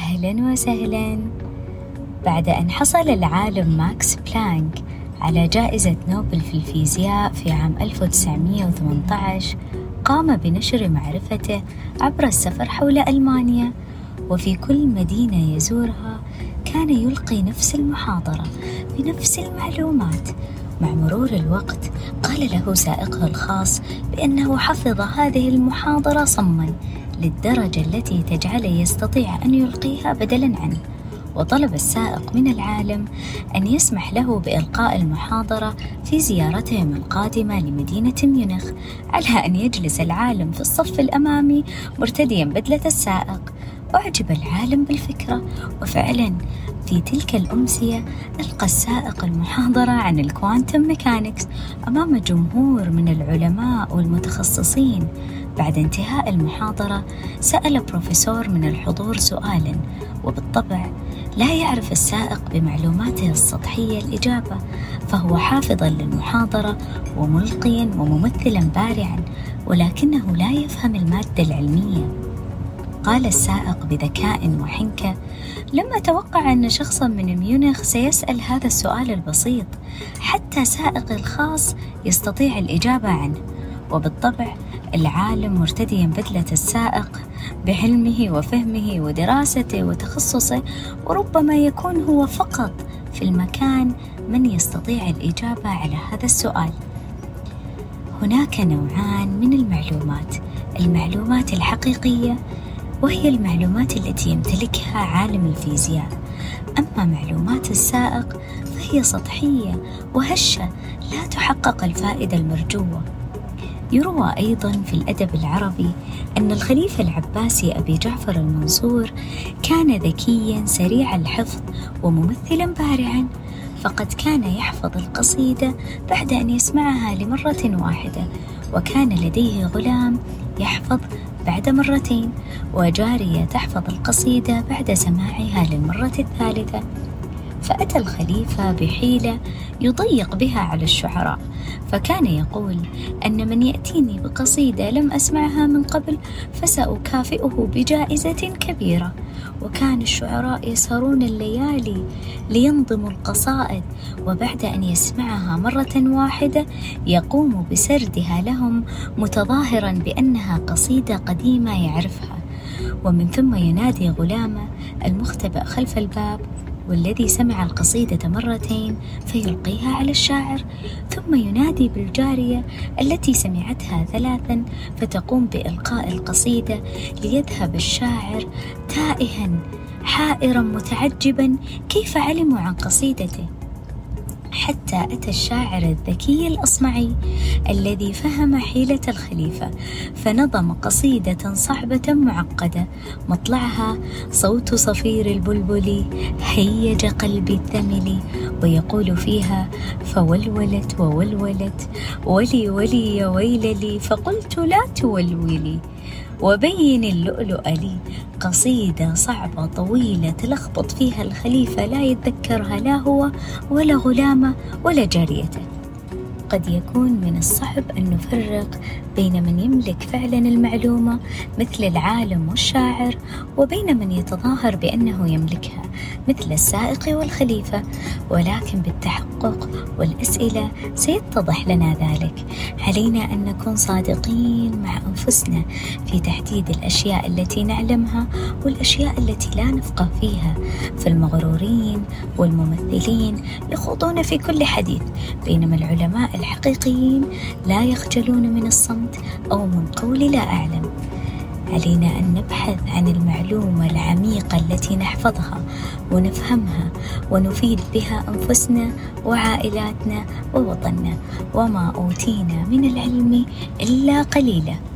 أهلا وسهلا. بعد أن حصل العالم ماكس بلانك على جائزة نوبل في الفيزياء في عام 1918 قام بنشر معرفته عبر السفر حول ألمانيا، وفي كل مدينة يزورها كان يلقي نفس المحاضرة بنفس المعلومات. مع مرور الوقت قال له سائقه الخاص بأنه حفظ هذه المحاضرة صماً للدرجة التي تجعله يستطيع أن يلقيها بدلاً عنه، وطلب السائق من العالم أن يسمح له بإلقاء المحاضرة في زيارتهم القادمة لمدينة ميونخ، على أن يجلس العالم في الصف الأمامي مرتدياً بدلة السائق. أعجب العالم بالفكرة، وفعلاً في تلك الأمسية ألقى السائق المحاضرة عن الكوانتم ميكانيكس أمام جمهور من العلماء والمتخصصين. بعد انتهاء المحاضرة سأل بروفيسور من الحضور سؤالاً، وبالطبع لا يعرف السائق بمعلوماته السطحية الإجابة، فهو حافظاً للمحاضرة وملقياً وممثلاً بارعاً، ولكنه لا يفهم المادة العلمية. قال السائق بذكاء وحنكة: لم أتوقع أن شخصاً من ميونخ سيسأل هذا السؤال البسيط، حتى سائقي الخاص يستطيع الإجابة عنه. وبالطبع العالم مرتدياً بدلة السائق بعلمه وفهمه ودراسته وتخصصه، وربما يكون هو فقط في المكان من يستطيع الإجابة على هذا السؤال. هناك نوعان من المعلومات الحقيقية، وهي المعلومات التي يمتلكها عالم الفيزياء. أما معلومات السائق فهي سطحية وهشة لا تحقق الفائدة المرجوة. يروى أيضا في الأدب العربي أن الخليفة العباسي أبي جعفر المنصور كان ذكيا سريع الحفظ وممثلا بارعا، فقد كان يحفظ القصيدة بعد أن يسمعها لمرة واحدة، وكان لديه غلام يحفظ بعد مرتين، وجارية تحفظ القصيدة بعد سماعها للمرة الثالثة. فأتى الخليفة بحيلة يضيق بها على الشعراء، فكان يقول أن من يأتيني بقصيدة لم أسمعها من قبل فسأكافئه بجائزة كبيرة. وكان الشعراء يسهرون الليالي لينظموا القصائد، وبعد أن يسمعها مرة واحدة يقوم بسردها لهم متظاهرا بأنها قصيدة قديمة يعرفها. ومن ثم ينادي غلامه المختبئ خلف الباب والذي سمع القصيدة مرتين فيلقيها على الشاعر، ثم ينادي بالجارية التي سمعتها ثلاثا فتقوم بإلقاء القصيدة، ليذهب الشاعر تائها حائرا متعجبا كيف علموا عن قصيدته، حتى أتى الشاعر الذكي الأصمعي الذي فهم حيلة الخليفة، فنظم قصيدة صعبة معقدة مطلعها صوت صفير البلبل هيج قلبي الثمل، ويقول فيها: فولولت وولولت ولي ولي يا ويل لي فقلت لا تولولي وبين اللؤلؤ لي. قصيدة صعبة طويلة تلخبط فيها الخليفة لا يتذكرها لا هو ولا غلامه ولا جاريته. قد يكون من الصعب أن نفرق بين من يملك فعلا المعلومة مثل العالم والشاعر، وبين من يتظاهر بأنه يملكها مثل السائق والخليفة، ولكن بالتحقق والأسئلة سيتضح لنا ذلك. علينا أن نكون صادقين مع أنفسنا في تحديد الأشياء التي نعلمها والأشياء التي لا نفقه فيها، فالمغرورين والممثلين يخوضون في كل حديث، بينما العلماء الحقيقيين لا يخجلون من الصمت أو من قول لا أعلم. علينا أن نبحث عن المعلومة العميقة التي نحفظها ونفهمها ونفيد بها أنفسنا وعائلاتنا ووطننا، وما أوتينا من العلم إلا قليلا.